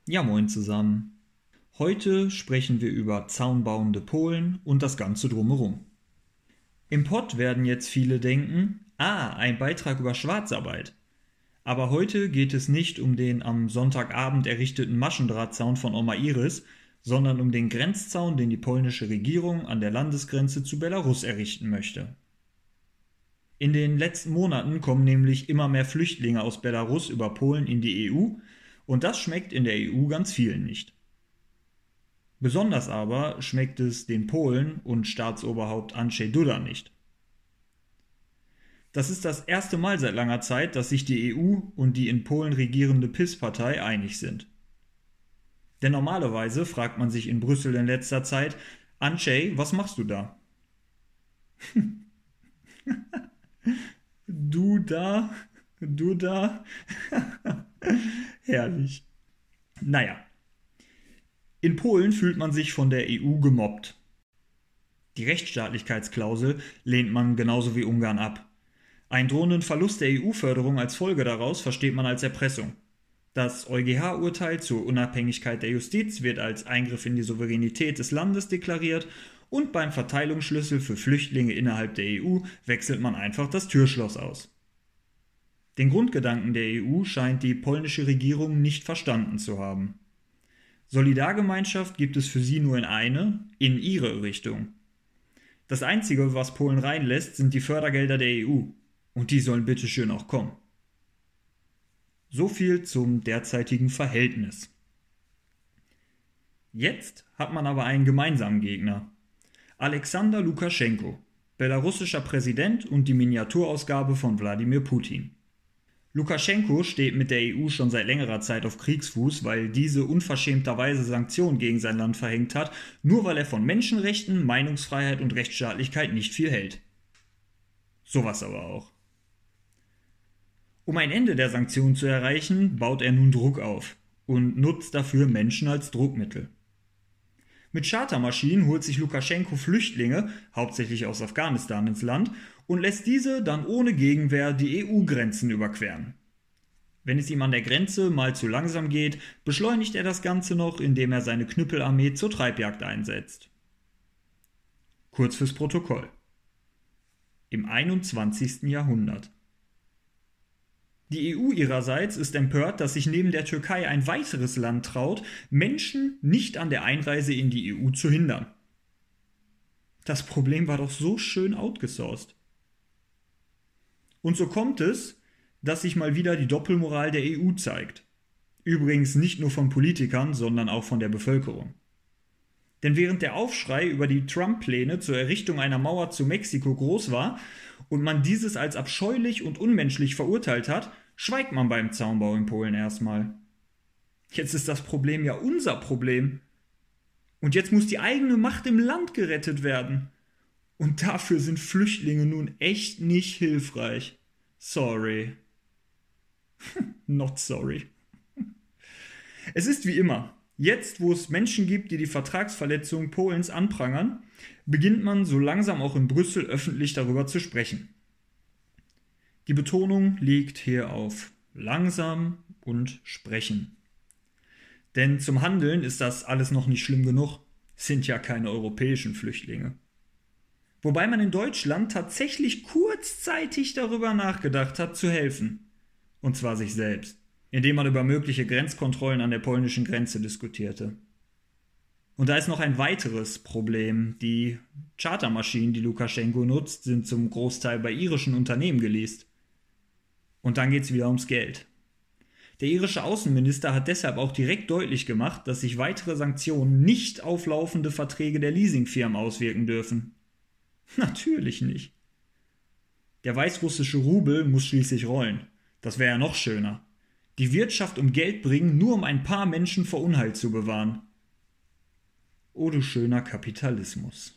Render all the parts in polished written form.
Ja, moin zusammen. Heute sprechen wir über zaunbauende Polen und das Ganze drumherum. Im Pott werden jetzt viele denken, ein Beitrag über Schwarzarbeit. Aber heute geht es nicht um den am Sonntagabend errichteten Maschendrahtzaun von Oma Iris, sondern um den Grenzzaun, den die polnische Regierung an der Landesgrenze zu Belarus errichten möchte. In den letzten Monaten kommen nämlich immer mehr Flüchtlinge aus Belarus über Polen in die EU und das schmeckt in der EU ganz vielen nicht. Besonders aber schmeckt es den Polen und Staatsoberhaupt Andrzej Duda nicht. Das ist das erste Mal seit langer Zeit, dass sich die EU und die in Polen regierende PiS-Partei einig sind. Denn normalerweise fragt man sich in Brüssel in letzter Zeit, Andrzej, was machst du da? Du da? Du da? Herrlich. Naja, in Polen fühlt man sich von der EU gemobbt. Die Rechtsstaatlichkeitsklausel lehnt man genauso wie Ungarn ab. Einen drohenden Verlust der EU-Förderung als Folge daraus versteht man als Erpressung. Das EuGH-Urteil zur Unabhängigkeit der Justiz wird als Eingriff in die Souveränität des Landes deklariert und beim Verteilungsschlüssel für Flüchtlinge innerhalb der EU wechselt man einfach das Türschloss aus. Den Grundgedanken der EU scheint die polnische Regierung nicht verstanden zu haben. Solidargemeinschaft gibt es für sie nur in ihre Richtung. Das Einzige, was Polen reinlässt, sind die Fördergelder der EU. Und die sollen bitteschön auch kommen. So viel zum derzeitigen Verhältnis. Jetzt hat man aber einen gemeinsamen Gegner. Alexander Lukaschenko, belarussischer Präsident und die Miniaturausgabe von Wladimir Putin. Lukaschenko steht mit der EU schon seit längerer Zeit auf Kriegsfuß, weil diese unverschämterweise Sanktionen gegen sein Land verhängt hat, nur weil er von Menschenrechten, Meinungsfreiheit und Rechtsstaatlichkeit nicht viel hält. Sowas aber auch. Um ein Ende der Sanktionen zu erreichen, baut er nun Druck auf und nutzt dafür Menschen als Druckmittel. Mit Chartermaschinen holt sich Lukaschenko Flüchtlinge, hauptsächlich aus Afghanistan, ins Land und lässt diese dann ohne Gegenwehr die EU-Grenzen überqueren. Wenn es ihm an der Grenze mal zu langsam geht, beschleunigt er das Ganze noch, indem er seine Knüppelarmee zur Treibjagd einsetzt. Kurz fürs Protokoll. Im 21. Jahrhundert. Die EU ihrerseits ist empört, dass sich neben der Türkei ein weiteres Land traut, Menschen nicht an der Einreise in die EU zu hindern. Das Problem war doch so schön outgesourced. Und so kommt es, dass sich mal wieder die Doppelmoral der EU zeigt. Übrigens nicht nur von Politikern, sondern auch von der Bevölkerung. Denn während der Aufschrei über die Trump-Pläne zur Errichtung einer Mauer zu Mexiko groß war und man dieses als abscheulich und unmenschlich verurteilt hat, schweigt man beim Zaunbau in Polen erstmal. Jetzt ist das Problem ja unser Problem. Und jetzt muss die eigene Macht im Land gerettet werden. Und dafür sind Flüchtlinge nun echt nicht hilfreich. Sorry. Not sorry. Es ist wie immer. Jetzt, wo es Menschen gibt, die die Vertragsverletzungen Polens anprangern, beginnt man so langsam auch in Brüssel öffentlich darüber zu sprechen. Die Betonung liegt hier auf langsam und sprechen. Denn zum Handeln ist das alles noch nicht schlimm genug. Es sind ja keine europäischen Flüchtlinge. Wobei man in Deutschland tatsächlich kurzzeitig darüber nachgedacht hat, zu helfen. Und zwar sich selbst, indem man über mögliche Grenzkontrollen an der polnischen Grenze diskutierte. Und da ist noch ein weiteres Problem. Die Chartermaschinen, die Lukaschenko nutzt, sind zum Großteil bei irischen Unternehmen geleast. Und dann geht es wieder ums Geld. Der irische Außenminister hat deshalb auch direkt deutlich gemacht, dass sich weitere Sanktionen nicht auf laufende Verträge der Leasingfirmen auswirken dürfen. Natürlich nicht. Der weißrussische Rubel muss schließlich rollen. Das wäre ja noch schöner. Die Wirtschaft um Geld bringen, nur um ein paar Menschen vor Unheil zu bewahren. Oh du schöner Kapitalismus.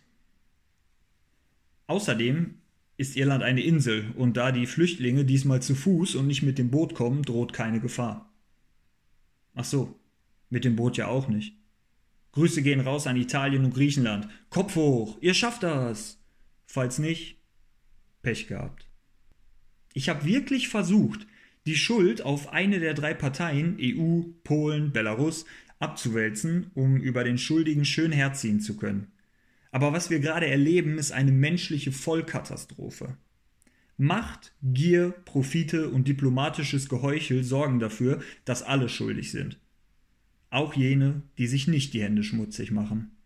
Außerdem ist Irland eine Insel und da die Flüchtlinge diesmal zu Fuß und nicht mit dem Boot kommen, droht keine Gefahr. Ach so, mit dem Boot ja auch nicht. Grüße gehen raus an Italien und Griechenland. Kopf hoch, ihr schafft das! Falls nicht, Pech gehabt. Ich habe wirklich versucht, die Schuld auf eine der drei Parteien, EU, Polen, Belarus, abzuwälzen, um über den Schuldigen schön herziehen zu können. Aber was wir gerade erleben, ist eine menschliche Vollkatastrophe. Macht, Gier, Profite und diplomatisches Geheuchel sorgen dafür, dass alle schuldig sind. Auch jene, die sich nicht die Hände schmutzig machen.